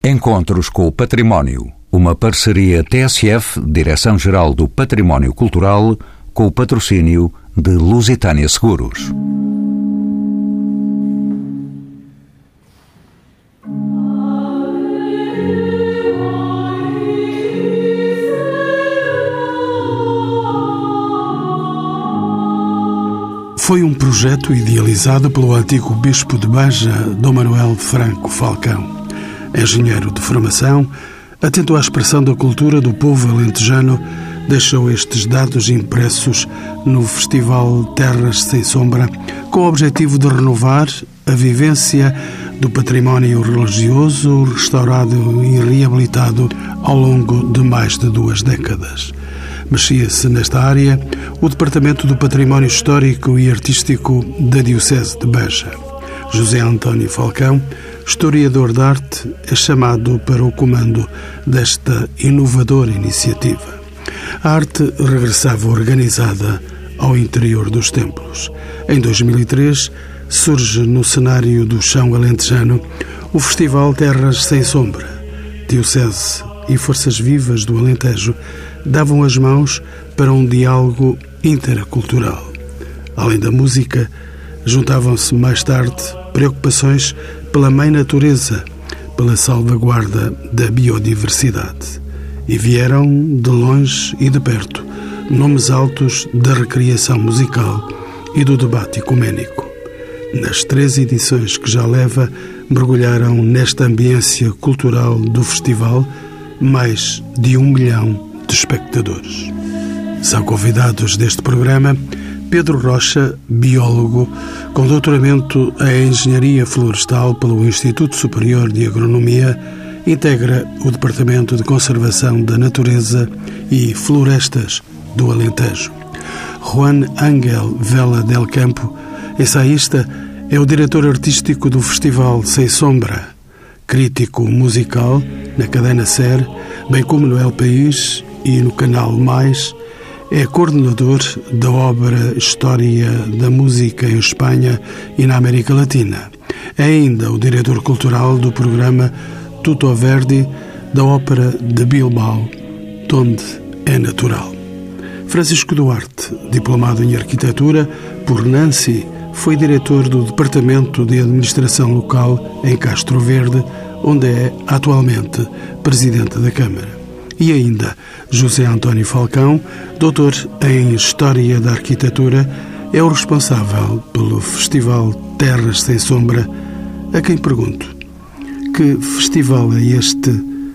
Encontros com o Património, uma parceria TSF, Direção-Geral do Património Cultural, com o patrocínio de Lusitânia Seguros. Foi um projeto idealizado pelo antigo bispo de Beja, Dom Manuel Franco Falcão. Engenheiro de formação, atento à expressão da cultura do povo alentejano, deixou estes dados impressos no Festival Terras Sem Sombra, com o objetivo de renovar a vivência do património religioso restaurado e reabilitado ao longo de mais de 2 décadas. Mexia-se nesta área o Departamento do Património Histórico e Artístico da Diocese de Beja. José António Falcão, historiador de arte, é chamado para o comando desta inovadora iniciativa. A arte regressava organizada ao interior dos templos. Em 2003, surge no cenário do chão alentejano o Festival Terras Sem Sombra. Diocese e forças vivas do Alentejo davam as mãos para um diálogo intercultural. Além da música, juntavam-se mais tarde preocupações pela mãe natureza, pela salvaguarda da biodiversidade. E vieram, de longe e de perto, nomes altos da recreação musical e do debate ecuménico. Nas 3 edições que já leva, mergulharam nesta ambiência cultural do festival mais de 1 milhão de espectadores. São convidados deste programa Pedro Rocha, biólogo, com doutoramento em Engenharia Florestal pelo Instituto Superior de Agronomia, integra o Departamento de Conservação da Natureza e Florestas do Alentejo. Juan Ángel Vela del Campo, ensaísta, é o diretor artístico do Festival Sem Sombra, crítico musical na cadena SER, bem como no El País e no Canal Mais. É coordenador da obra História da Música em Espanha e na América Latina. É ainda o diretor cultural do programa Tutto Verdi da Ópera de Bilbao, Donde é Natural. Francisco Duarte, diplomado em Arquitetura por Nancy, foi diretor do Departamento de Administração Local em Castro Verde, onde é atualmente presidente da Câmara. E ainda José António Falcão, doutor em História da Arquitetura, é o responsável pelo Festival Terras Sem Sombra, a quem pergunto: que festival é este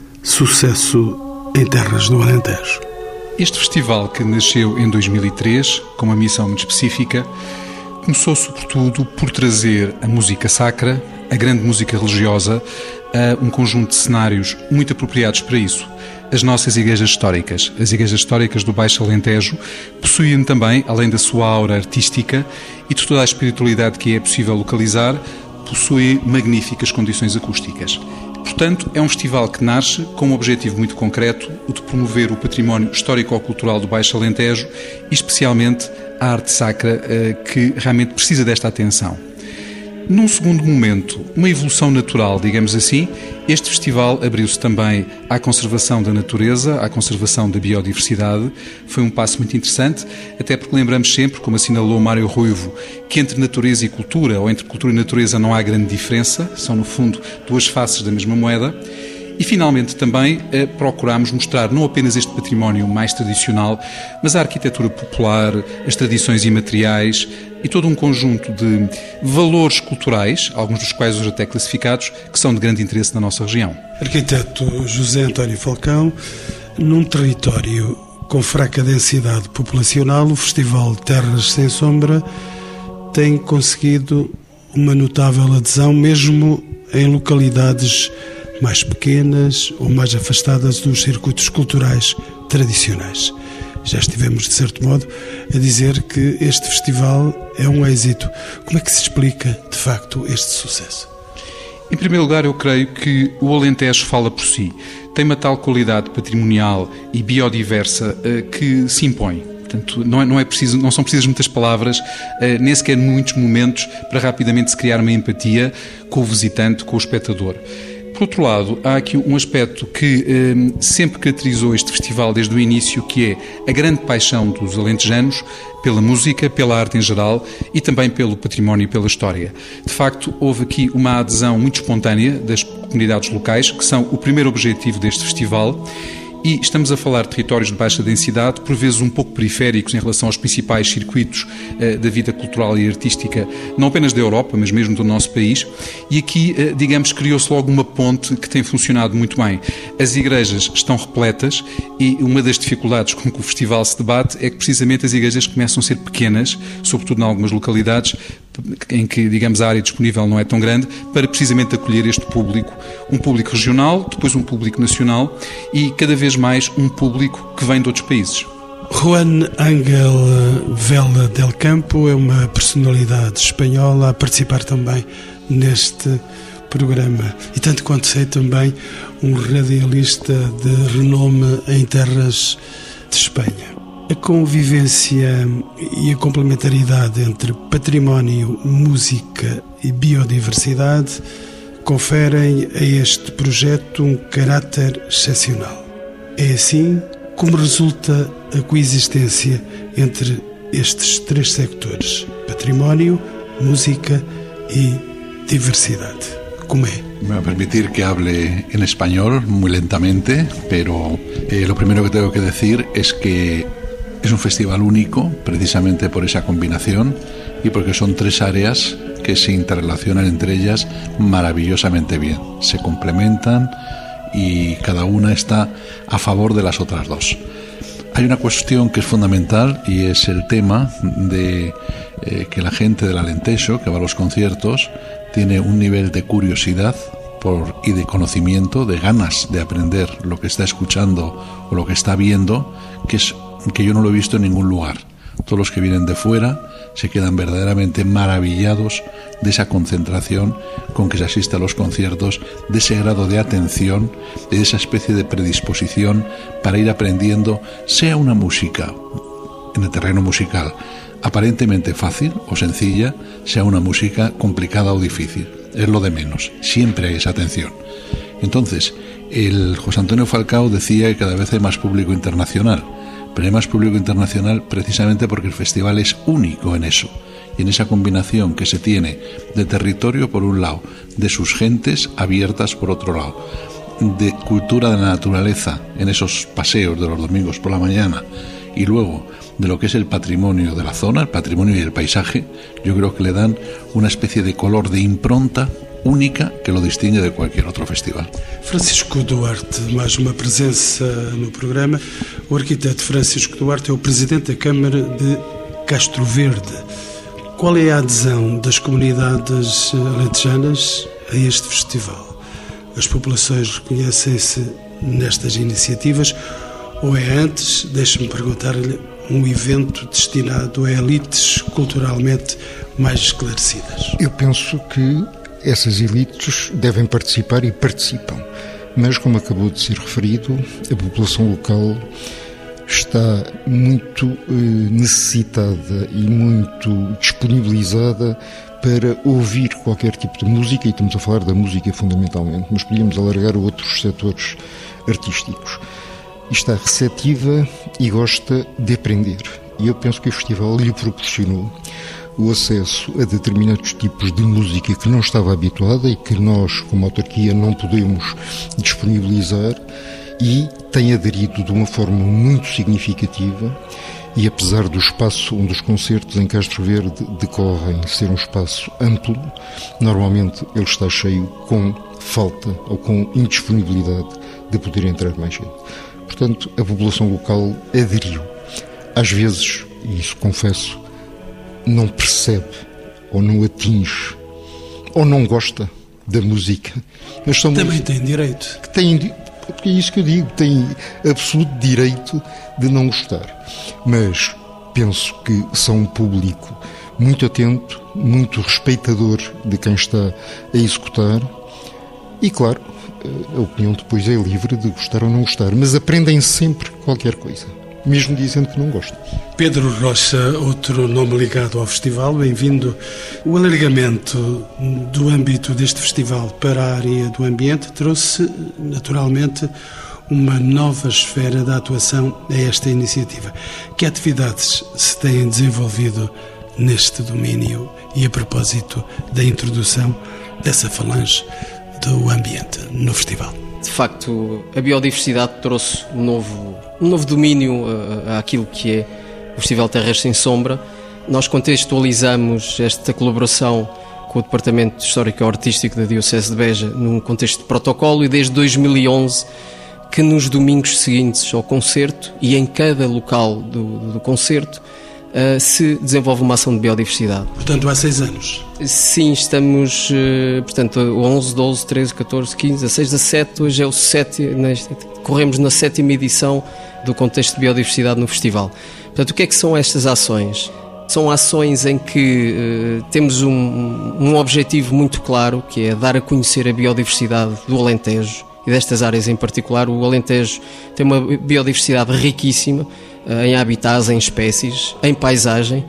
sucesso em terras do Alentejo? Este festival, que nasceu em 2003, com uma missão muito específica, começou sobretudo por trazer a música sacra, a grande música religiosa, a um conjunto de cenários muito apropriados para isso. As nossas igrejas históricas. As igrejas históricas do Baixo Alentejo possuem também, além da sua aura artística e de toda a espiritualidade que é possível localizar, possuem magníficas condições acústicas. Portanto, é um festival que nasce com um objetivo muito concreto, o de promover o património histórico-cultural do Baixo Alentejo e especialmente a arte sacra, que realmente precisa desta atenção. Num segundo momento, uma evolução natural, digamos assim, este festival abriu-se também à conservação da natureza, à conservação da biodiversidade. Foi um passo muito interessante, até porque lembramos sempre, como assinalou Mário Ruivo, que entre natureza e cultura, ou entre cultura e natureza, não há grande diferença, são no fundo 2 faces da mesma moeda. E, finalmente, também procuramos mostrar não apenas este património mais tradicional, mas a arquitetura popular, as tradições imateriais e todo um conjunto de valores culturais, alguns dos quais hoje até classificados, que são de grande interesse na nossa região. Arquiteto José António Falcão, num território com fraca densidade populacional, o Festival Terras Sem Sombra tem conseguido uma notável adesão, mesmo em localidades mais pequenas ou mais afastadas dos circuitos culturais tradicionais. Já estivemos, de certo modo, a dizer que este festival é um êxito. Como é que se explica, de facto, este sucesso? Em primeiro lugar, eu creio que o Alentejo fala por si. Tem uma tal qualidade patrimonial e biodiversa que se impõe. Portanto, não são precisas muitas palavras, nem sequer muitos momentos para rapidamente se criar uma empatia com o visitante, com o espectador. Por outro lado, há aqui um aspecto que sempre caracterizou este festival desde o início, que é a grande paixão dos alentejanos pela música, pela arte em geral e também pelo património e pela história. De facto, houve aqui uma adesão muito espontânea das comunidades locais, que são o primeiro objetivo deste festival. E estamos a falar de territórios de baixa densidade, por vezes um pouco periféricos em relação aos principais circuitos da vida cultural e artística, não apenas da Europa, mas mesmo do nosso país. E aqui, digamos, criou-se logo uma ponte que tem funcionado muito bem. As igrejas estão repletas e uma das dificuldades com que o festival se debate é que precisamente as igrejas começam a ser pequenas, sobretudo em algumas localidades, em que, digamos, a área disponível não é tão grande, para precisamente acolher este público, um público regional, depois um público nacional e cada vez mais um público que vem de outros países. Juan Ángel Vela del Campo é uma personalidade espanhola a participar também neste programa e, tanto quanto sei, também um radialista de renome em terras de Espanha. A convivência e a complementaridade entre património, música e biodiversidade conferem a este projeto um caráter excepcional. É assim como resulta a coexistência entre estes três sectores: património, música e diversidade. Como é? Me va a permitir que hable en español muy lentamente, pero lo primero que tengo que decir es que es un festival único precisamente por esa combinación y porque son tres áreas que se interrelacionan entre ellas maravillosamente bien. Se complementan y cada una está a favor de las otras dos. Hay una cuestión que es fundamental y es el tema de que la gente del Alentejo que va a los conciertos tiene un nivel de curiosidad y de conocimiento, de ganas de aprender lo que está escuchando o lo que está viendo, que yo no lo he visto en ningún lugar. Todos los que vienen de fuera se quedan verdaderamente maravillados de esa concentración con que se asiste a los conciertos, de ese grado de atención, de esa especie de predisposición para ir aprendiendo, sea una música en el terreno musical aparentemente fácil o sencilla, sea una música complicada o difícil. Es lo de menos. Siempre hay esa atención. Entonces, el José Antonio Falcao decía que cada vez hay más público internacional. Pero hay más público internacional precisamente porque el festival es único en eso. Y en esa combinación que se tiene de territorio por un lado, de sus gentes abiertas por otro lado, de cultura de la naturaleza en esos paseos de los domingos por la mañana y luego de lo que es el patrimonio de la zona, el patrimonio y el paisaje, yo creo que le dan una especie de color, de impronta única que lo distingue de cualquier outro festival. Francisco Duarte, mais uma presença no programa. O arquiteto Francisco Duarte é o presidente da Câmara de Castro Verde. Qual é a adesão das comunidades alentejanas a este festival? As populações reconhecem-se nestas iniciativas ou é antes, deixe-me perguntar-lhe, um evento destinado a elites culturalmente mais esclarecidas? Eu penso que essas elites devem participar e participam, mas como acabou de ser referido, a população local está muito necessitada e muito disponibilizada para ouvir qualquer tipo de música, e estamos a falar da música fundamentalmente, mas podíamos alargar a outros setores artísticos. E está receptiva e gosta de aprender. E eu penso que o festival lhe proporcionou o acesso a determinados tipos de música que não estava habituada e que nós, como autarquia, não podemos disponibilizar, e tem aderido de uma forma muito significativa. E apesar do espaço onde os concertos em Castro Verde decorrem ser um espaço amplo, normalmente ele está cheio com falta ou com indisponibilidade de poder entrar mais gente. Portanto, a população local aderiu. Às vezes, e isso confesso, não percebe ou não atinge ou não gosta da música. Mas são também tem direito. Que têm, porque é isso que eu digo, têm absoluto direito de não gostar. Mas penso que são um público muito atento, muito respeitador de quem está a executar e, claro, a opinião depois é livre de gostar ou não gostar, mas aprendem sempre qualquer coisa. mesmo dizendo que não gostam. Pedro Rocha, outro nome ligado ao festival, bem-vindo. O alargamento do âmbito deste festival para a área do ambiente trouxe, naturalmente, uma nova esfera da atuação a esta iniciativa. Que atividades se têm desenvolvido neste domínio e a propósito da introdução dessa falange do ambiente no festival? De facto, a biodiversidade trouxe um novo domínio àquilo que é o Festival Terras Sem Sombra. Nós contextualizamos esta colaboração com o Departamento Histórico-Artístico da Diocese de Beja num contexto de protocolo, e desde 2011 que nos domingos seguintes ao concerto e em cada local do concerto se desenvolve uma ação de biodiversidade. Portanto, há 6 anos. Sim, estamos, portanto, 11, 12, 13, 14, 15, 16, 17, hoje é o 7, corremos na 7ª edição do contexto de biodiversidade no festival. Portanto, o que é que são estas ações? São ações em que temos um objetivo muito claro, que é dar a conhecer a biodiversidade do Alentejo e destas áreas em particular. O Alentejo tem uma biodiversidade riquíssima, em habitats, em espécies, em paisagem,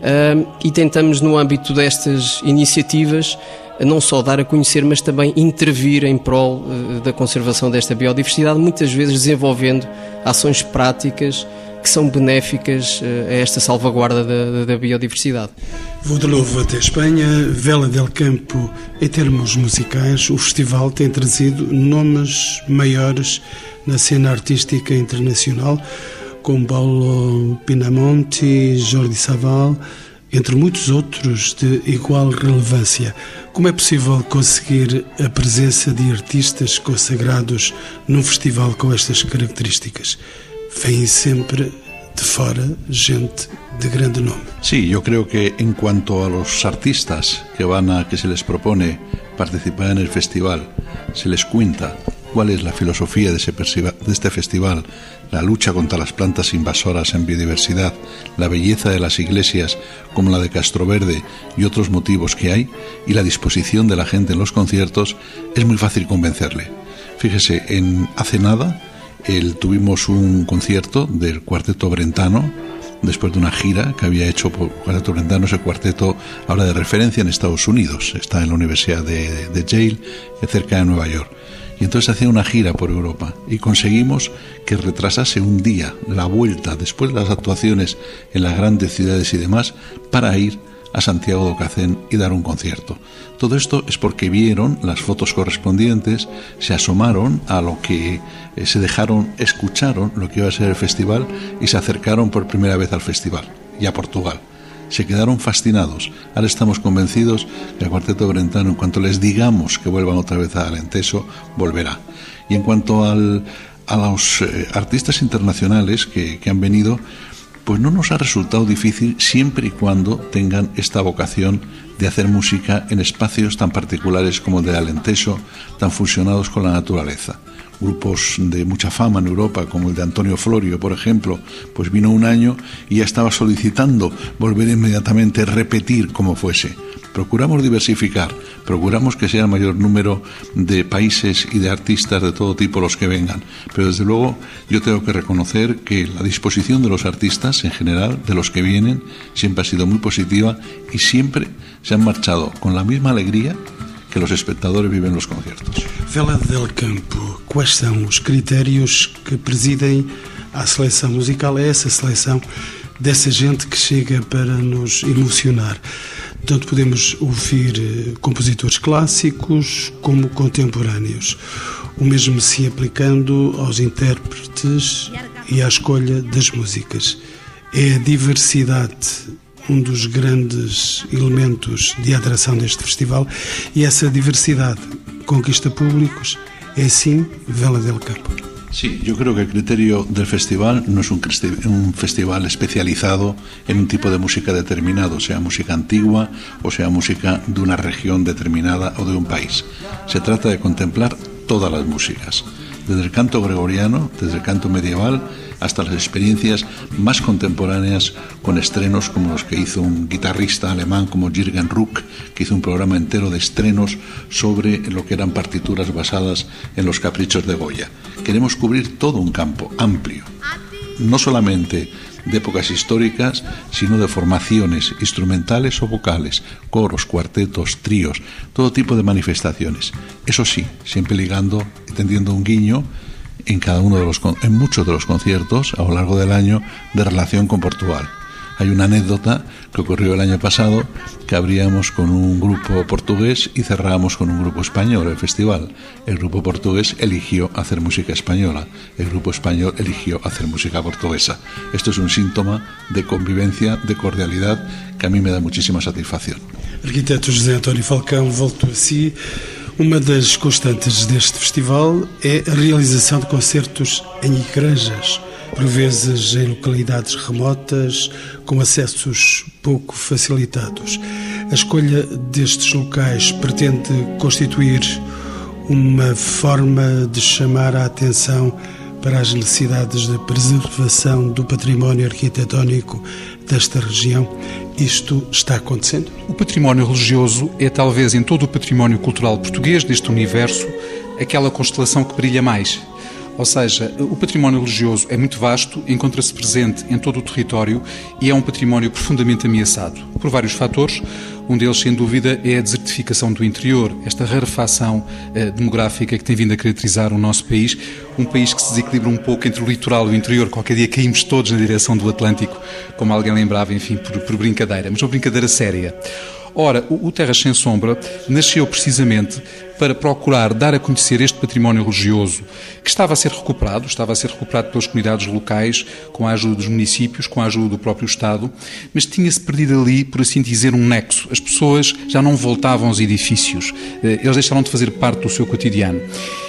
e tentamos, no âmbito destas iniciativas, não só dar a conhecer, mas também intervir em prol da conservação desta biodiversidade, muitas vezes desenvolvendo ações práticas que são benéficas a esta salvaguarda da biodiversidade. Vou de novo até Espanha. Vela del Campo, em termos musicais, o festival tem trazido nomes maiores na cena artística internacional, como Paulo Pinamonti, Jordi Savall, entre muitos outros de igual relevância. Como é possível conseguir a presença de artistas consagrados num festival com estas características? Vem sempre de fora gente de grande nome. Sí, yo creo que en cuanto a los artistas que se les propone participar en el festival, se les cuenta cuál es la filosofía de este festival, la lucha contra las plantas invasoras en biodiversidad, la belleza de las iglesias como la de Castroverde y otros motivos que hay, y la disposición de la gente en los conciertos, es muy fácil convencerle. Fíjese, hace nada tuvimos un concierto del Cuarteto Brentano, después de una gira que había hecho por Cuarteto Brentano. Ese cuarteto habla de referencia en Estados Unidos, está en la Universidad de Yale, cerca de Nueva York. Y entonces hacía una gira por Europa y conseguimos que retrasase un día la vuelta después de las actuaciones en las grandes ciudades y demás, para ir a Santiago de Ocacén y dar un concierto. Todo esto es porque vieron las fotos correspondientes, se asomaron a lo que escucharon lo que iba a ser el festival y se acercaron por primera vez al festival y a Portugal. Se quedaron fascinados. Ahora estamos convencidos que el Cuarteto Brentano, en cuanto les digamos que vuelvan otra vez a Alenteso, volverá. Y en cuanto a los artistas internacionales que han venido, pues no nos ha resultado difícil, siempre y cuando tengan esta vocación de hacer música en espacios tan particulares como el de Alenteso, tan fusionados con la naturaleza. Grupos de mucha fama en Europa, como el de Antonio Florio, por ejemplo, pues vino un año y ya estaba solicitando volver inmediatamente, repetir como fuese. Procuramos diversificar, procuramos que sea el mayor número de países y de artistas de todo tipo los que vengan, pero desde luego yo tengo que reconocer que la disposición de los artistas en general, de los que vienen, siempre ha sido muy positiva y siempre se han marchado con la misma alegría que los espectadores viven los conciertos. Vela del Campo, quais são os critérios que presidem à seleção musical? É essa seleção dessa gente que chega para nos emocionar. Tanto podemos ouvir compositores clássicos como contemporâneos, o mesmo se aplicando aos intérpretes e à escolha das músicas. É a diversidade um dos grandes elementos de atração deste festival, e essa diversidade conquista públicos. É assim Vela del Campo. Sí, yo creo que el criterio del festival no es un festival especializado en un tipo de música determinado, sea música antigua o sea música de una región determinada o de un país. Se trata de contemplar todas las músicas, desde el canto gregoriano, desde el canto medieval, hasta las experiencias más contemporáneas con estrenos como los que hizo un guitarrista alemán como Jürgen Ruck, que hizo un programa entero de estrenos sobre lo que eran partituras basadas en los caprichos de Goya. Queremos cubrir todo un campo amplio. no solamente de épocas históricas, sino de formaciones instrumentales o vocales, coros, cuartetos, tríos, todo tipo de manifestaciones. Eso sí, siempre ligando y tendiendo un guiño en muchos de los conciertos a lo largo del año de relación con Portugal. Hay una anécdota que ocurrió el año pasado, que abríamos con un grupo portugués y cerrábamos con un grupo español el festival. El grupo portugués eligió hacer música española, el grupo español eligió hacer música portuguesa. Esto es un síntoma de convivencia, de cordialidad, que a mí me da muchísima satisfacción. Arquiteto José António Falcão, volto a si. Uma das constantes deste festival é a realização de concertos em igrejas, por vezes em localidades remotas, com acessos pouco facilitados. A escolha destes locais pretende constituir uma forma de chamar a atenção para as necessidades de preservação do património arquitetónico desta região. Isto está acontecendo? O património religioso é talvez em todo o património cultural português deste universo aquela constelação que brilha mais. Ou seja, o património religioso é muito vasto, encontra-se presente em todo o território e é um património profundamente ameaçado por vários fatores. Um deles, sem dúvida, é a desertificação do interior, esta rarefação demográfica que tem vindo a caracterizar o nosso país, um país que se desequilibra um pouco entre o litoral e o interior. Qualquer dia caímos todos na direção do Atlântico, como alguém lembrava, enfim, por brincadeira, mas uma brincadeira séria. Ora, o Terras Sem Sombra nasceu precisamente para procurar dar a conhecer este património religioso que estava a ser recuperado pelas comunidades locais, com a ajuda dos municípios, com a ajuda do próprio Estado, mas tinha-se perdido ali, por assim dizer, um nexo. As pessoas já não voltavam aos edifícios, eles deixaram de fazer parte do seu cotidiano.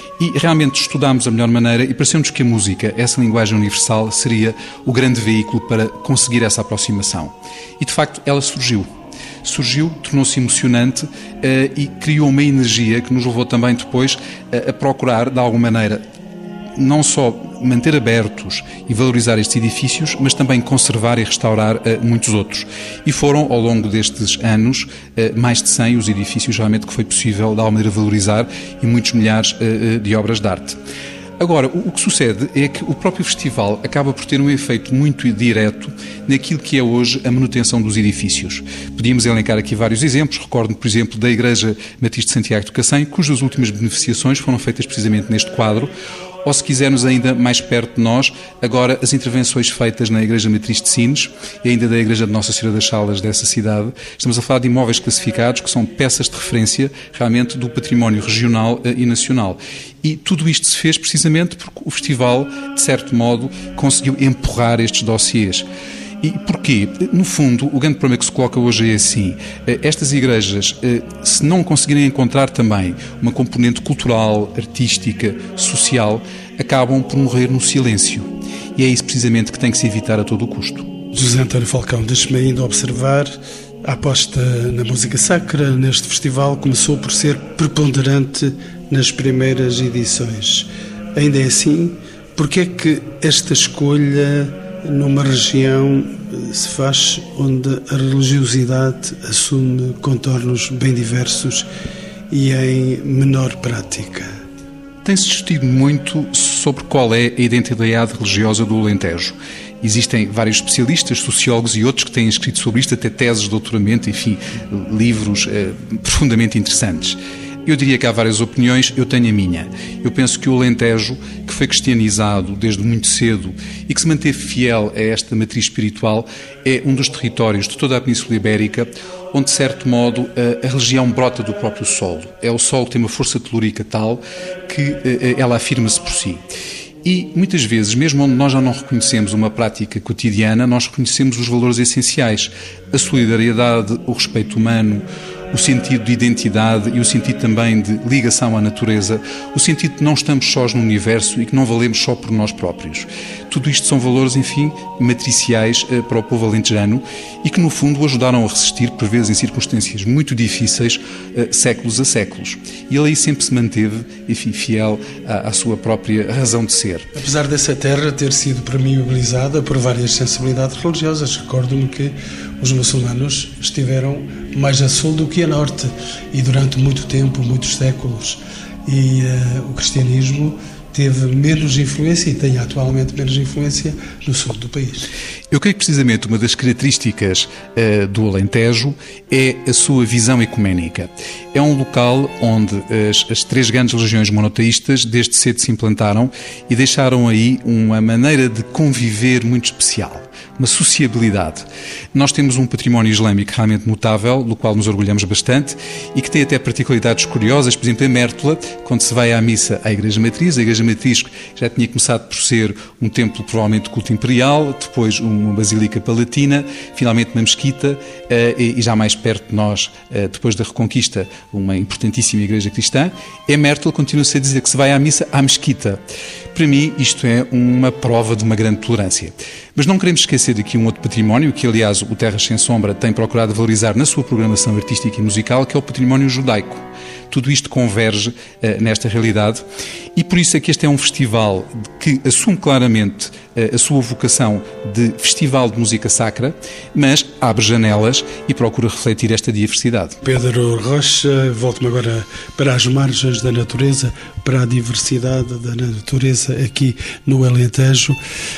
E realmente estudámos a melhor maneira e pareceu-nos que a música, essa linguagem universal, seria o grande veículo para conseguir essa aproximação. E, de facto, ela surgiu, tornou-se emocionante e criou uma energia que nos levou também depois a procurar, de alguma maneira, não só manter abertos e valorizar estes edifícios, mas também conservar e restaurar muitos outros. E foram, ao longo destes anos, mais de 100 os edifícios realmente que foi possível, de alguma maneira, valorizar e muitos milhares de obras de arte. Agora, o que sucede é que o próprio festival acaba por ter um efeito muito direto naquilo que é hoje a manutenção dos edifícios. Podíamos elencar aqui vários exemplos. Recordo-me, por exemplo, da Igreja Matriz de Santiago do Cacém, cujas últimas beneficiações foram feitas precisamente neste quadro. Ou, se quisermos ainda mais perto de nós, agora as intervenções feitas na Igreja Matriz de Sines e ainda da Igreja de Nossa Senhora das Salas dessa cidade. Estamos a falar de imóveis classificados que são peças de referência realmente do património regional e nacional. E tudo isto se fez precisamente porque o festival, de certo modo, conseguiu empurrar estes dossiês. E porquê? No fundo, o grande problema que se coloca hoje é assim: estas igrejas, se não conseguirem encontrar também uma componente cultural, artística, social, acabam por morrer no silêncio. E é isso precisamente que tem que se evitar a todo o custo. José António Falcão, deixe-me ainda observar: a aposta na música sacra neste festival começou por ser preponderante nas primeiras edições. Ainda é assim? Porque é que esta escolha numa região se faz onde a religiosidade assume contornos bem diversos e em menor prática? Tem-se discutido muito sobre qual é a identidade religiosa do Alentejo. Existem vários especialistas, sociólogos e outros que têm escrito sobre isto, até teses de doutoramento, enfim, livros profundamente interessantes. Eu diria que há várias opiniões, eu tenho a minha. Eu penso que o Alentejo, que foi cristianizado desde muito cedo e que se manteve fiel a esta matriz espiritual, é um dos territórios de toda a Península Ibérica onde, de certo modo, a religião brota do próprio solo. É o solo que tem uma força telúrica tal que ela afirma-se por si. E, muitas vezes, mesmo onde nós já não reconhecemos uma prática cotidiana, nós reconhecemos os valores essenciais. A solidariedade, o respeito humano, o sentido de identidade e o sentido também de ligação à natureza, o sentido de não estamos sós no universo e que não valemos só por nós próprios. Tudo isto são valores, enfim, matriciais para o povo alentejano e que, no fundo, o ajudaram a resistir, por vezes em circunstâncias muito difíceis, séculos a séculos. E ele aí sempre se manteve, enfim, fiel à sua própria razão de ser. Apesar dessa terra ter sido permeabilizada por várias sensibilidades religiosas, recordo-me que os muçulmanos estiveram mais a sul do que a norte e durante muito tempo, muitos séculos. E o cristianismo teve menos influência e tem atualmente menos influência no sul do país. Eu creio que precisamente uma das características do Alentejo é a sua visão ecuménica. É um local onde as três grandes religiões monoteístas desde cedo se implantaram e deixaram aí uma maneira de conviver muito especial, uma sociabilidade. Nós temos um património islâmico realmente notável, do qual nos orgulhamos bastante e que tem até particularidades curiosas. Por exemplo, em Mértola, quando se vai à missa à Igreja Matriz, a Igreja Matriz já tinha começado por ser um templo provavelmente de culto imperial, depois uma basílica palatina, finalmente uma mesquita e já mais perto de nós, depois da Reconquista, uma importantíssima igreja cristã. Em Mértola continua-se a dizer que se vai à missa à mesquita. Para mim, isto é uma prova de uma grande tolerância. Mas não queremos esquecer aqui um outro património, que aliás o Terras Sem Sombra tem procurado valorizar na sua programação artística e musical, que é o património judaico. Tudo isto converge nesta realidade e por isso é que este é um festival que assume claramente a sua vocação de festival de música sacra, mas abre janelas e procura refletir esta diversidade. Pedro Rocha, volto-me agora para as margens da natureza, para a diversidade da natureza aqui no Alentejo.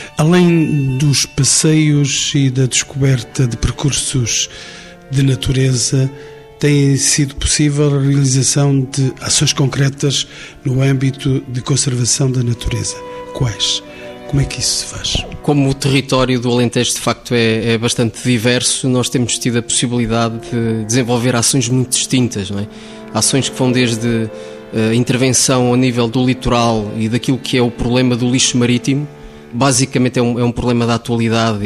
Além dos passeios e da descoberta de percursos de natureza, tem sido possível a realização de ações concretas no âmbito de conservação da natureza. Quais? Como é que isso se faz? Como o território do Alentejo de facto é bastante diverso, nós temos tido a possibilidade de desenvolver ações muito distintas, não é? Ações que vão desde a intervenção a nível do litoral e daquilo que é o problema do lixo marítimo. Basicamente é um problema da atualidade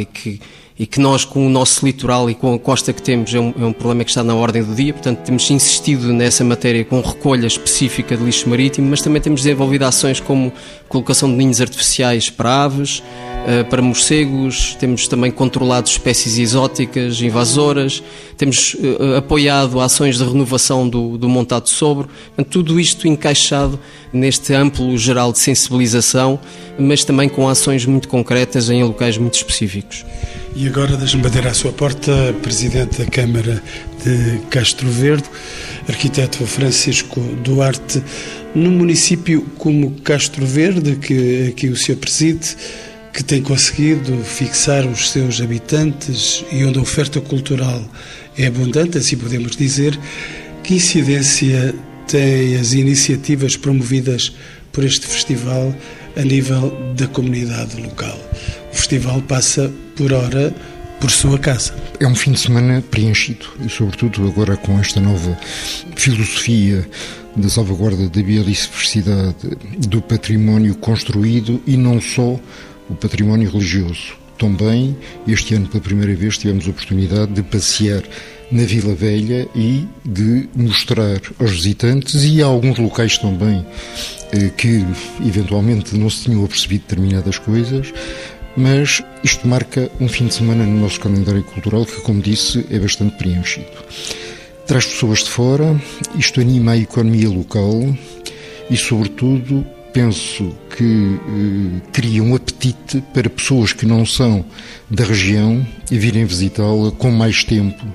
e que nós, com o nosso litoral e com a costa que temos, é um problema que está na ordem do dia. Portanto, temos insistido nessa matéria com recolha específica de lixo marítimo, mas também temos desenvolvido ações como colocação de ninhos artificiais para aves, para morcegos, temos também controlado espécies exóticas, invasoras, temos apoiado ações de renovação do montado sobre. Portanto, tudo isto encaixado neste amplo geral de sensibilização, mas também com ações muito concretas em locais muito específicos. E agora deixe-me bater à sua porta, Presidente da Câmara de Castro Verde, arquiteto Francisco Duarte. Num município como Castro Verde, que aqui o senhor preside, que tem conseguido fixar os seus habitantes e onde a oferta cultural é abundante, assim podemos dizer, que incidência têm as iniciativas promovidas por este festival a nível da comunidade local? O festival passa por hora por sua casa. É um fim de semana preenchido e, sobretudo, agora com esta nova filosofia da salvaguarda da biodiversidade, do património construído e não só o património religioso. Também, este ano, pela primeira vez, tivemos a oportunidade de passear na Vila Velha e de mostrar aos visitantes e a alguns locais também que, eventualmente, não se tinham apercebido de determinadas coisas. Mas isto marca um fim de semana no nosso calendário cultural que, como disse, é bastante preenchido. Traz pessoas de fora, isto anima a economia local e, sobretudo, penso que cria um apetite para pessoas que não são da região e virem visitá-la com mais tempo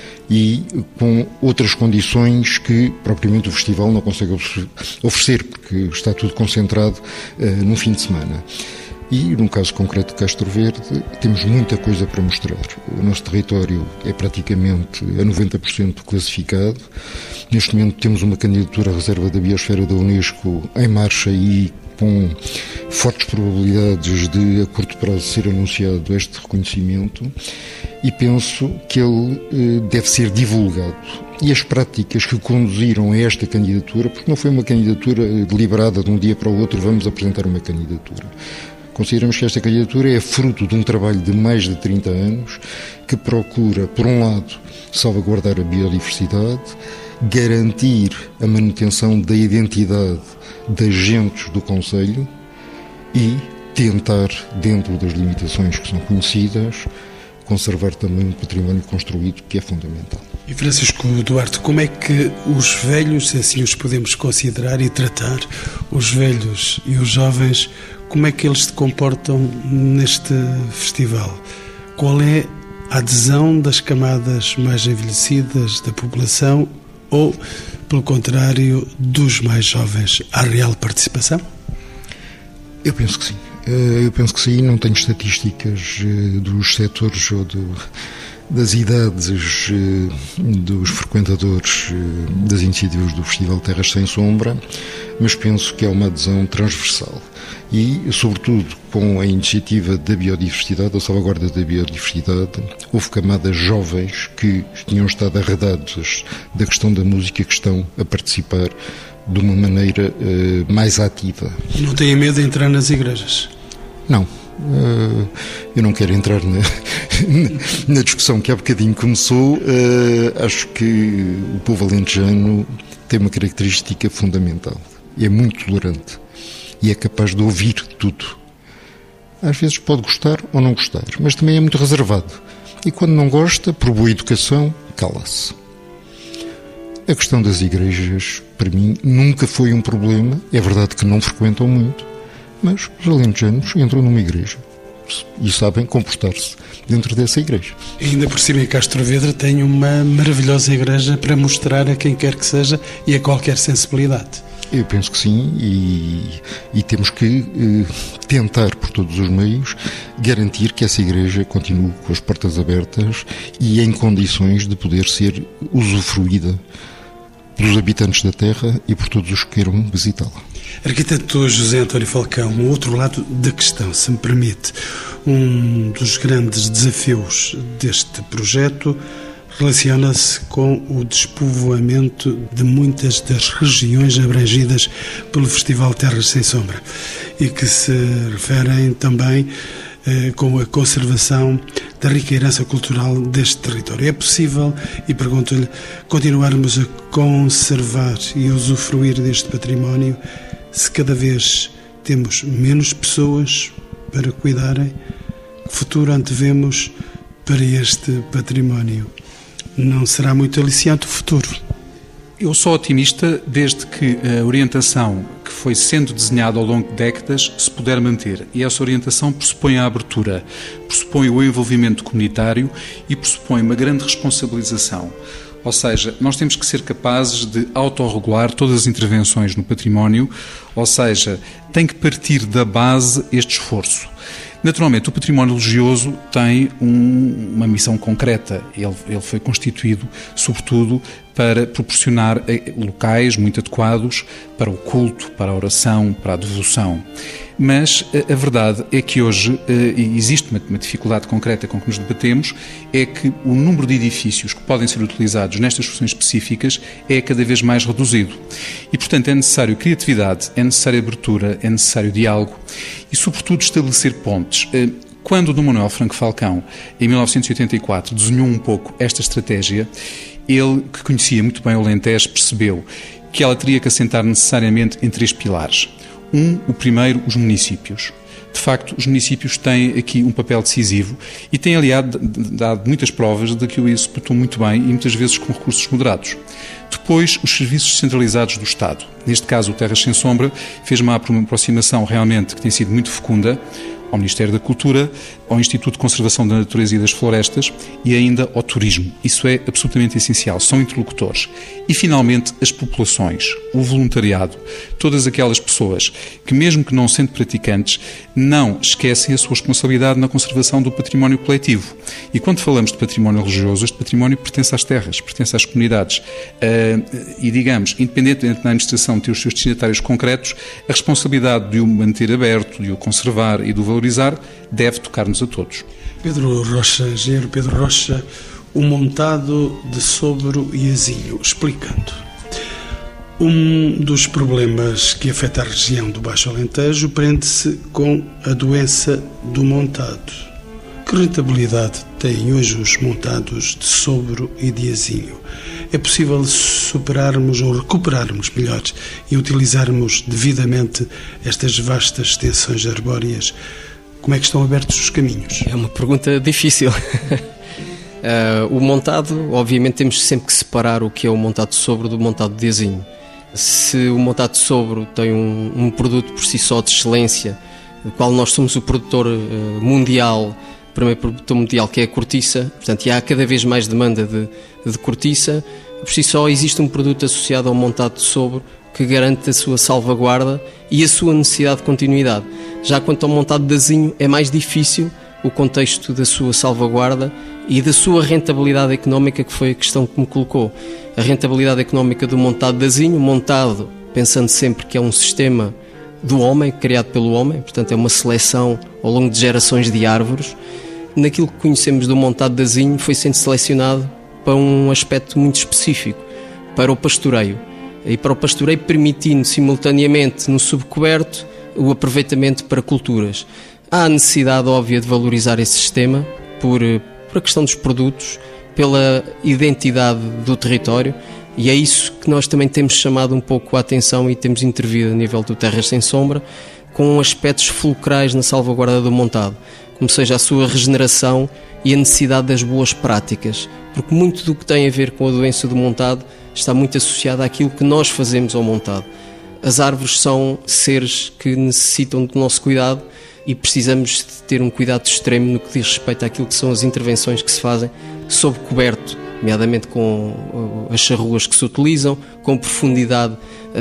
e com outras condições que propriamente o festival não consegue oferecer, porque está tudo concentrado num fim de semana. E, no caso concreto de Castro Verde, temos muita coisa para mostrar. O nosso território é praticamente a 90% classificado. Neste momento temos uma candidatura à reserva da biosfera da Unesco em marcha e com fortes probabilidades de, a curto prazo, ser anunciado este reconhecimento. E penso que ele deve ser divulgado. E as práticas que conduziram a esta candidatura, porque não foi uma candidatura deliberada de um dia para o outro, vamos apresentar uma candidatura. Consideramos que esta candidatura é fruto de um trabalho de mais de 30 anos que procura, por um lado, salvaguardar a biodiversidade, garantir a manutenção da identidade de agentes do concelho e tentar, dentro das limitações que são conhecidas, conservar também o património construído, que é fundamental. E Francisco Duarte, como é que os velhos, se assim os podemos considerar e tratar, os velhos e os jovens, como é que eles se comportam neste festival? Qual é a adesão das camadas mais envelhecidas da população ou, pelo contrário, dos mais jovens? Há real participação? Eu penso que sim. Não tenho estatísticas dos setores ou das idades dos frequentadores das iniciativas do Festival Terras Sem Sombra, mas penso que é uma adesão transversal. E, sobretudo, com a iniciativa da biodiversidade, da salvaguarda da biodiversidade, houve camadas jovens que tinham estado arredados da questão da música, que estão a participar de uma maneira mais ativa. Não têm medo de entrar nas igrejas? Não. Eu não quero entrar na discussão que há bocadinho começou. Acho que o povo alentejano tem uma característica fundamental. É muito tolerante e é capaz de ouvir tudo. Às vezes pode gostar ou não gostar, mas também é muito reservado. E quando não gosta, por boa educação, cala-se. A questão das igrejas, para mim, nunca foi um problema. É verdade que não frequentam muito, mas os alentejanos entram numa igreja e sabem comportar-se dentro dessa igreja. E ainda por cima, em Castro Vedra tem uma maravilhosa igreja para mostrar a quem quer que seja e a qualquer sensibilidade. Eu penso que sim, e temos que tentar, por todos os meios, garantir que essa igreja continue com as portas abertas e em condições de poder ser usufruída pelos habitantes da terra e por todos os que queiram visitá-la. Arquiteto José António Falcão, o outro lado da questão, se me permite, um dos grandes desafios deste projeto relaciona-se com o despovoamento de muitas das regiões abrangidas pelo Festival Terras Sem Sombra e que se referem também com a conservação da rica herança cultural deste território. É possível, e pergunto-lhe, continuarmos a conservar e usufruir deste património se cada vez temos menos pessoas para cuidarem? Que futuro antevemos para este património? Não será muito aliciante o futuro? Eu sou otimista desde que a orientação que foi sendo desenhada ao longo de décadas se puder manter. E essa orientação pressupõe a abertura, pressupõe o envolvimento comunitário e pressupõe uma grande responsabilização. Ou seja, nós temos que ser capazes de autorregular todas as intervenções no património, ou seja, tem que partir da base este esforço. Naturalmente, o património religioso tem uma missão concreta. Ele foi constituído, sobretudo, para proporcionar locais muito adequados para o culto, para a oração, para a devoção. Mas a verdade é que hoje existe uma dificuldade concreta com que nos debatemos, é que o número de edifícios que podem ser utilizados nestas funções específicas é cada vez mais reduzido. E, portanto, é necessário criatividade, é necessário abertura, é necessário diálogo e, sobretudo, estabelecer pontes. Quando Dom Manuel Franco Falcão, em 1984, desenhou um pouco esta estratégia, ele, que conhecia muito bem o Alentejo, percebeu que ela teria que assentar necessariamente em 3 pilares. O primeiro, os municípios. De facto, os municípios têm aqui um papel decisivo e têm, aliás, dado muitas provas de que o executam muito bem e muitas vezes com recursos moderados. Depois, os serviços centralizados do Estado. Neste caso, o Terras Sem Sombra fez uma aproximação realmente que tem sido muito fecunda ao Ministério da Cultura, ao Instituto de Conservação da Natureza e das Florestas e ainda ao turismo. Isso é absolutamente essencial, são interlocutores. E, finalmente, as populações, o voluntariado, todas aquelas pessoas que, mesmo que não sendo praticantes, não esquecem a sua responsabilidade na conservação do património coletivo. E quando falamos de património religioso, este património pertence às terras, pertence às comunidades. E, digamos, independentemente da administração ter os seus destinatários concretos, a responsabilidade de o manter aberto, de o conservar e de o valorizar, deve tocar-nos a todos. Pedro Rocha, engenheiro Pedro Rocha, o montado de Sobro e Azinho, explicando. Um dos problemas que afeta a região do Baixo Alentejo prende-se com a doença do montado. Que rentabilidade têm hoje os montados de Sobro e de Azinho? É possível superarmos ou recuperarmos melhor e utilizarmos devidamente estas vastas extensões arbóreas? Como é que estão abertos os caminhos? É uma pergunta difícil. O montado, obviamente, temos sempre que separar o que é o montado de Sobro do montado de Azinho. Se o montado de Sobro tem um produto por si só de excelência, do qual nós somos o produtor mundial, o primeiro produtor mundial, que é a cortiça, portanto, e há cada vez mais demanda de cortiça, por si só existe um produto associado ao montado de Sobro, que garante a sua salvaguarda e a sua necessidade de continuidade. Já quanto ao montado de azinho, é mais difícil o contexto da sua salvaguarda e da sua rentabilidade económica, que foi a questão que me colocou. A rentabilidade económica do montado de azinho, montado pensando sempre que é um sistema do homem, criado pelo homem, portanto é uma seleção ao longo de gerações de árvores. Naquilo que conhecemos do montado de azinho, foi sendo selecionado para um aspecto muito específico, para o pastoreio. E para o pastoreio permitindo simultaneamente no subcoberto o aproveitamento para culturas. Há a necessidade óbvia de valorizar esse sistema por a questão dos produtos, pela identidade do território, e é isso que nós também temos chamado um pouco a atenção e temos intervido a nível do Terras Sem Sombra, com aspectos fulcrais na salvaguarda do montado, como seja a sua regeneração e a necessidade das boas práticas, porque muito do que tem a ver com a doença do montado está muito associado àquilo que nós fazemos ao montado. As árvores são seres que necessitam do nosso cuidado e precisamos de ter um cuidado extremo no que diz respeito àquilo que são as intervenções que se fazem sob coberto, nomeadamente com as charruas que se utilizam, com a profundidade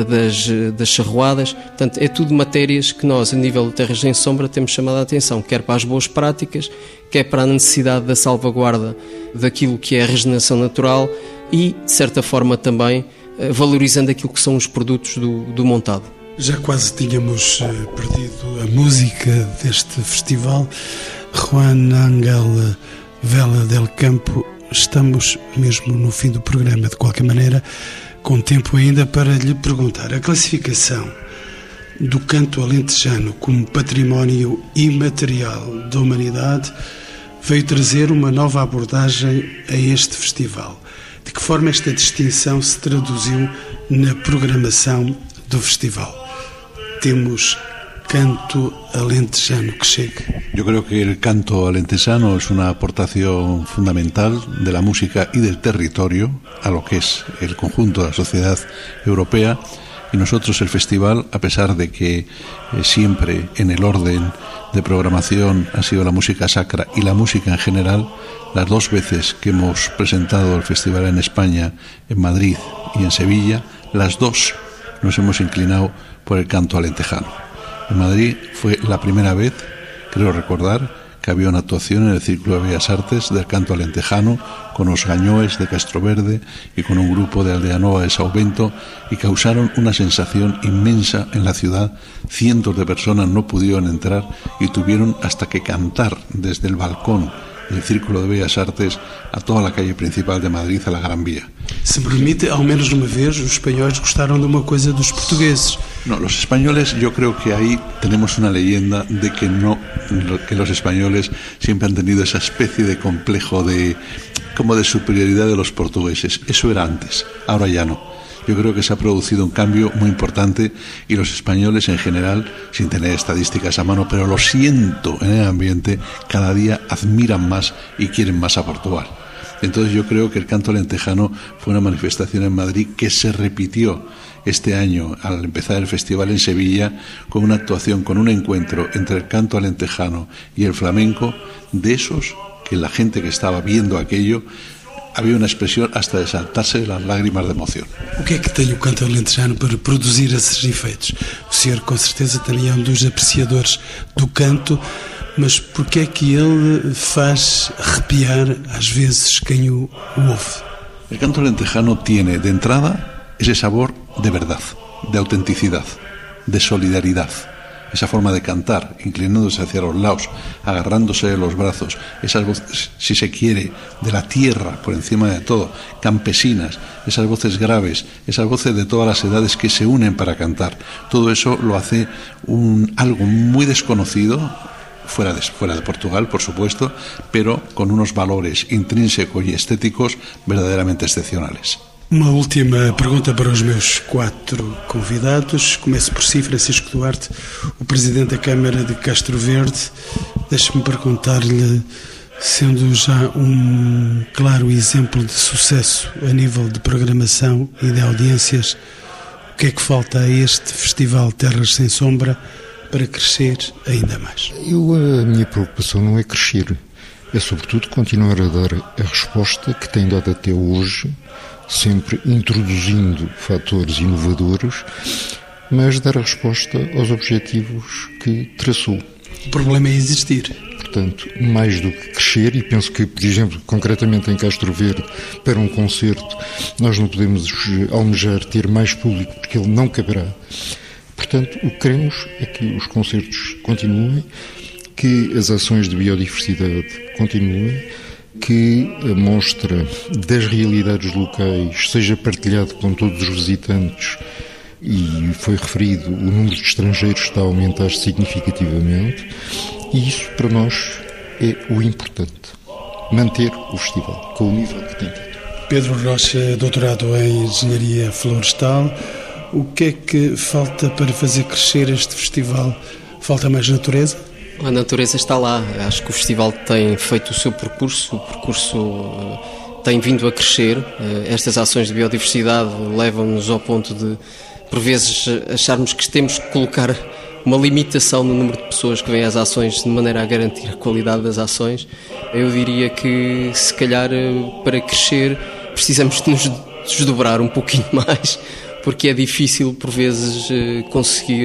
das charruadas. Portanto, é tudo matérias que nós, a nível de Terras Sem Sombra, temos chamado a atenção, quer para as boas práticas, quer para a necessidade da salvaguarda daquilo que é a regeneração natural e, de certa forma, também valorizando aquilo que são os produtos do montado. Já quase tínhamos perdido a música deste festival. Juan Ángel Vela del Campo, estamos mesmo no fim do programa, de qualquer maneira, com tempo ainda para lhe perguntar. A classificação do canto alentejano como património imaterial da humanidade veio trazer uma nova abordagem a este festival. De que forma esta distinção se traduziu na programação do festival? Temos canto alentejano que chegue. Yo creo que el canto alentejano es una aportación fundamental de la música y del territorio a lo que es el conjunto de la sociedad europea, y nosotros el festival, a pesar de que siempre en el orden de programación ha sido la música sacra y la música en general, las dos veces que hemos presentado el festival en España, en Madrid y en Sevilla, las dos nos hemos inclinado por el canto alentejano. En Madrid fue la primera vez, creo recordar, que había una actuación en el Círculo de Bellas Artes del canto alentejano con los Gañoes de Castroverde y con un grupo de Aldeanova de Saubento, y causaron una sensación inmensa en la ciudad. Cientos de personas no pudieron entrar y tuvieron hasta que cantar desde el balcón del Círculo de Bellas Artes a toda la calle principal de Madrid, a la Gran Vía. Se me permite, ao menos uma vez, os espanhóis gostaram de uma coisa dos portugueses. No, los españoles, yo creo que ahí tenemos una leyenda de que que los españoles siempre han tenido esa especie de complejo como de superioridad de los portugueses. Eso era antes, ahora ya no. Yo creo que se ha producido un cambio muy importante y los españoles en general, sin tener estadísticas a mano, pero lo siento en el ambiente, cada día admiran más y quieren más a Portugal. Entonces yo creo que el canto alentejano fue una manifestación en Madrid que se repitió este año al empezar el festival en Sevilla, con una actuación, con un encuentro entre el canto alentejano y el flamenco, de esos que la gente que estaba viendo aquello havia uma expressão hasta de saltarse las lágrimas de emoção. O que é que tem o canto alentejano para produzir esses efeitos? O senhor, com certeza, também é um dos apreciadores do canto, mas por que é que ele faz arrepiar, às vezes, quem o ouve? El canto alentejano tiene, de entrada, ese sabor de verdad, de autenticidad, de solidaridad. Esa forma de cantar, inclinándose hacia los lados, agarrándose de los brazos, esas voces, si se quiere, de la tierra por encima de todo, campesinas, esas voces graves, esas voces de todas las edades que se unen para cantar. Todo eso lo hace algo muy desconocido, fuera de Portugal, por supuesto, pero con unos valores intrínsecos y estéticos verdaderamente excepcionales. Uma última pergunta para os meus 4 convidados. Começo por si, Francisco Duarte, o Presidente da Câmara de Castro Verde. Deixe-me perguntar-lhe, sendo já um claro exemplo de sucesso a nível de programação e de audiências, o que é que falta a este Festival Terras Sem Sombra para crescer ainda mais? A minha preocupação não é crescer, é sobretudo continuar a dar a resposta que tem dado até hoje sempre introduzindo fatores inovadores, mas dar resposta aos objetivos que traçou. O problema é existir. Portanto, mais do que crescer, e penso que, por exemplo, concretamente em Castro Verde, para um concerto, nós não podemos almejar ter mais público, porque ele não caberá. Portanto, o que queremos é que os concertos continuem, que as ações de biodiversidade continuem, que a mostra das realidades locais seja partilhada com todos os visitantes, e foi referido, o número de estrangeiros está a aumentar significativamente, e isso para nós é o importante, manter o festival com o nível que tem tido. Pedro Rocha, doutorado em Engenharia Florestal, o que é que falta para fazer crescer este festival? Falta mais natureza? A natureza está lá. Acho que o festival tem feito o seu percurso, o percurso tem vindo a crescer. Estas ações de biodiversidade levam-nos ao ponto de, por vezes, acharmos que temos que colocar uma limitação no número de pessoas que vêm às ações de maneira a garantir a qualidade das ações. Eu diria que, se calhar, para crescer, precisamos de nos desdobrar um pouquinho mais, porque é difícil, por vezes, conseguir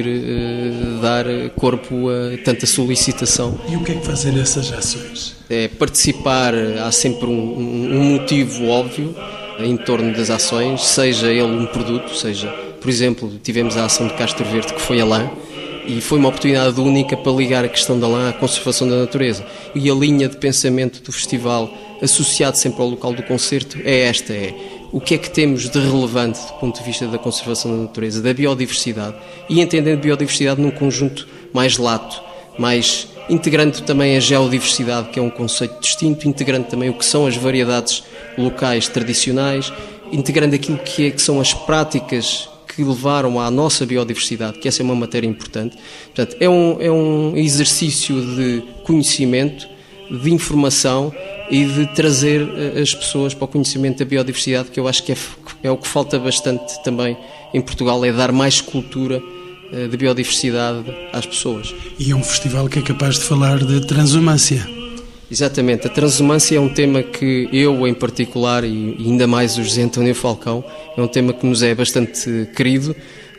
dar corpo a tanta solicitação. E o que é que fazem nessas ações? É participar, há sempre um motivo óbvio em torno das ações, seja ele um produto, seja, por exemplo, tivemos a ação de Castro Verde, que foi a lã, e foi uma oportunidade única para ligar a questão da lã à conservação da natureza. E a linha de pensamento do festival, associado sempre ao local do concerto, é esta, o que é que temos de relevante do ponto de vista da conservação da natureza, da biodiversidade, e entendendo biodiversidade num conjunto mais lato, mais integrando também a geodiversidade, que é um conceito distinto, integrando também o que são as variedades locais tradicionais, integrando aquilo que são as práticas que levaram à nossa biodiversidade, que essa é uma matéria importante. Portanto, é um exercício de conhecimento, de informação e de trazer as pessoas para o conhecimento da biodiversidade, que eu acho que é o que falta bastante também em Portugal, é dar mais cultura de biodiversidade às pessoas. E é um festival que é capaz de falar de transumância. Exatamente, a transumância é um tema que eu, em particular, e ainda mais o José António Falcão, é um tema que nos é bastante querido,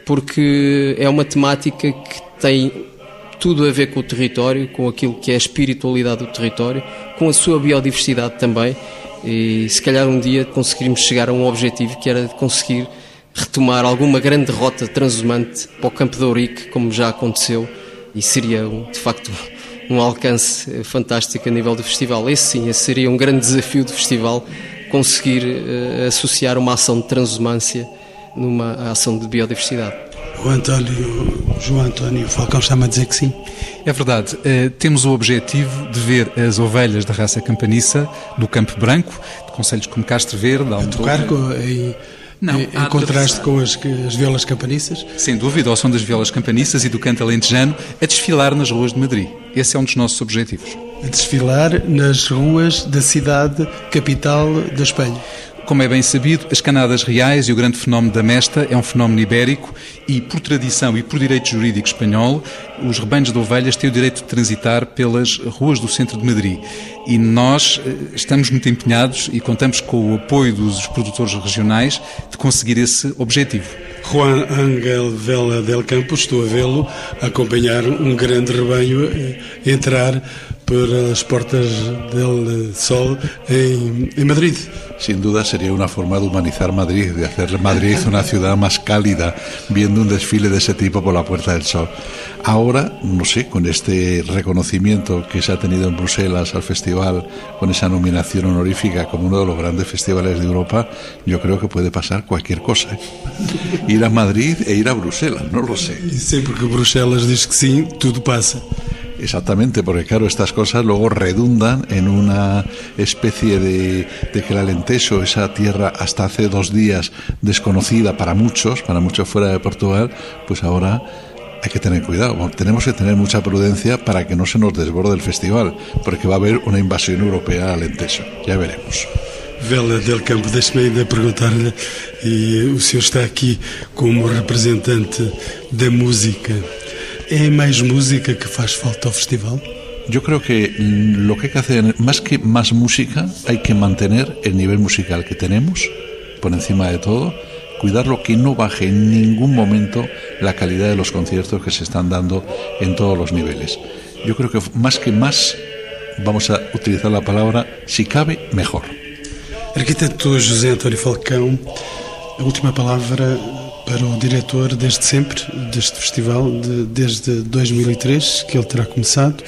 porque é uma temática que tem tudo a ver com o território, com aquilo que é a espiritualidade do território, com a sua biodiversidade também, e se calhar um dia conseguirmos chegar a um objetivo, que era de conseguir retomar alguma grande rota transumante para o Campo de Ourique, como já aconteceu, e seria, de facto, um alcance fantástico a nível do festival. Esse seria um grande desafio do festival, conseguir associar uma ação de transumância numa ação de biodiversidade. O João António Falcão está-me a dizer que sim. É verdade. Temos o objetivo de ver as ovelhas da raça campaniça do Campo Branco, de concelhos como Castro Verde, a tocar em contraste com as violas campaniças? Sem dúvida, ao som das violas campaniças e do canto alentejano, a desfilar nas ruas de Madrid. Esse é um dos nossos objetivos. A desfilar nas ruas da cidade capital da Espanha. Como é bem sabido, as canadas reais e o grande fenómeno da mesta é um fenómeno ibérico e, por tradição e por direito jurídico espanhol, os rebanhos de ovelhas têm o direito de transitar pelas ruas do centro de Madrid. E nós estamos muito empenhados e contamos com o apoio dos produtores regionais de conseguir esse objetivo. Juan Ángel Vela del Campo, estou a vê-lo acompanhar um grande rebanho entrar pelas portas del Sol en Madrid. Sin duda sería una forma de humanizar Madrid, de hacer Madrid una ciudad más cálida, viendo un desfile de ese tipo por la Puerta del Sol. Ahora, no sé, con este reconocimiento que se ha tenido en Bruselas al festival, con esa nominación honorífica como uno de los grandes festivales de Europa, yo creo que puede pasar cualquier cosa. Ir a Madrid e ir a Bruselas, no lo sé. Sempre que Bruselas diz que sim, tudo pasa. Exactamente, porque claro, estas cosas luego redundan en una especie de que el Alentejo, esa tierra hasta hace 2 días desconocida para muchos fuera de Portugal, pues ahora hay que tener cuidado. Bueno, tenemos que tener mucha prudencia para que no se nos desborde el festival, porque va a haber una invasión europea al Alentejo. Ya veremos. Vela del Campo, deixe-me ainda perguntar-lhe, e o senhor está aqui como representante da música. ¿Es más música que faz falta al festival? Yo creo que lo que hay que hacer, más que más música, hay que mantener el nivel musical que tenemos por encima de todo, cuidarlo que no baje en ningún momento la calidad de los conciertos que se están dando en todos los niveles. Yo creo que más, vamos a utilizar la palabra, si cabe, mejor. Arquiteto José António Falcão, a última palavra para o diretor desde sempre deste festival, desde 2003, que ele terá começado.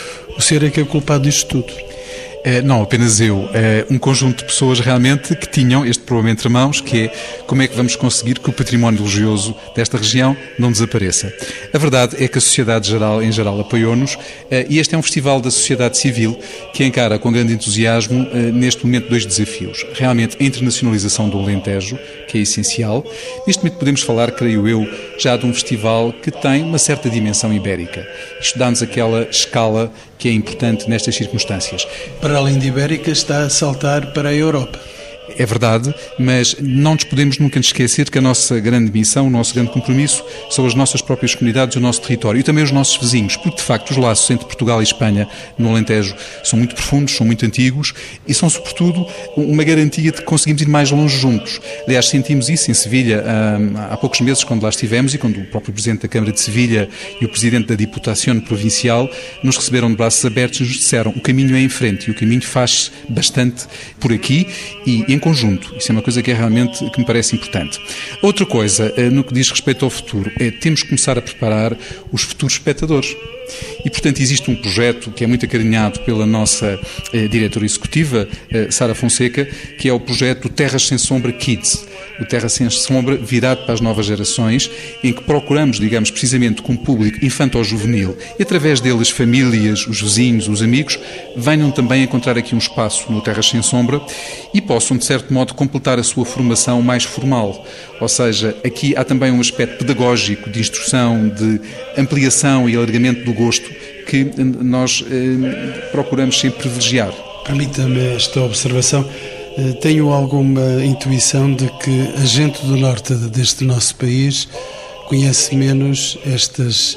O senhor é que é o culpado disto tudo? Não, apenas eu. Um conjunto de pessoas realmente que tinham este problema entre mãos, que é como é que vamos conseguir que o património religioso desta região não desapareça. A verdade é que a sociedade em geral apoiou-nos, e este é um festival da sociedade civil que encara com grande entusiasmo neste momento 2 desafios. Realmente a internacionalização do Alentejo, que é essencial. Neste momento podemos falar, creio eu, já de um festival que tem uma certa dimensão ibérica. Isto dá-nos aquela escala que é importante nestas circunstâncias. Para além de ibérica, está a saltar para a Europa. É verdade, mas não nos podemos nunca esquecer que a nossa grande missão, o nosso grande compromisso, são as nossas próprias comunidades, o nosso território e também os nossos vizinhos, porque de facto os laços entre Portugal e Espanha no Alentejo são muito profundos, são muito antigos e são sobretudo uma garantia de que conseguimos ir mais longe juntos. Aliás, sentimos isso em Sevilha há poucos meses, quando lá estivemos e quando o próprio Presidente da Câmara de Sevilha e o Presidente da Diputação Provincial nos receberam de braços abertos e nos disseram o caminho é em frente e o caminho faz bastante por aqui e em conjunto. Isso é uma coisa que realmente me parece importante. Outra coisa, no que diz respeito ao futuro, temos que começar a preparar os futuros espectadores. E, portanto, existe um projeto que é muito acarinhado pela nossa diretora executiva, Sara Fonseca, que é o projeto Terras Sem Sombra Kids. O Terra Sem Sombra virado para as novas gerações, em que procuramos, digamos, precisamente com o público infanto-juvenil e através deles famílias, os vizinhos, os amigos, venham também encontrar aqui um espaço no Terras Sem Sombra e possam, de certo modo, completar a sua formação mais formal. Ou seja, aqui há também um aspecto pedagógico, de instrução, de ampliação e alargamento do gosto que nós procuramos sempre privilegiar. Permita-me esta observação. Tenho alguma intuição de que a gente do norte deste nosso país conhece menos estas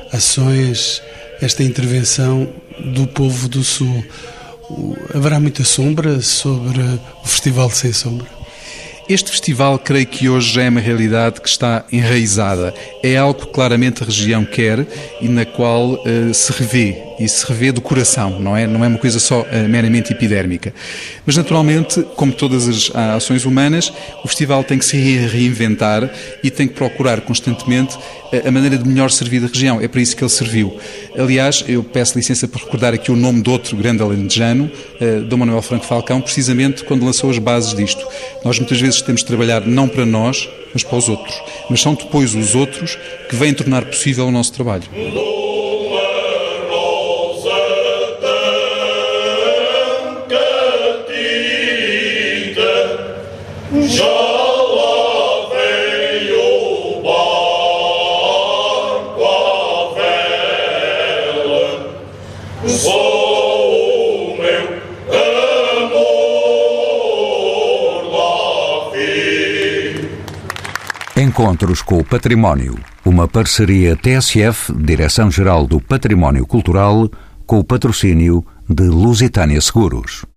ações, esta intervenção do povo do sul. Haverá muita sombra sobre o Festival Sem Sombra? Este festival, creio que hoje já é uma realidade que está enraizada. É algo que claramente a região quer e na qual se revê, e se revê do coração, não é uma coisa só meramente epidérmica. Mas, naturalmente, como todas as ações humanas, o festival tem que se reinventar e tem que procurar constantemente a maneira de melhor servir a região. É para isso que ele serviu. Aliás, eu peço licença por recordar aqui o nome de outro grande alentejano, Dom Manuel Franco Falcão, precisamente quando lançou as bases disto. Nós muitas vezes temos de trabalhar não para nós, mas para os outros. Mas são depois os outros que vêm tornar possível o nosso trabalho. Encontros com o Património, uma parceria TSF, Direção-Geral do Património Cultural, com o patrocínio de Lusitânia Seguros.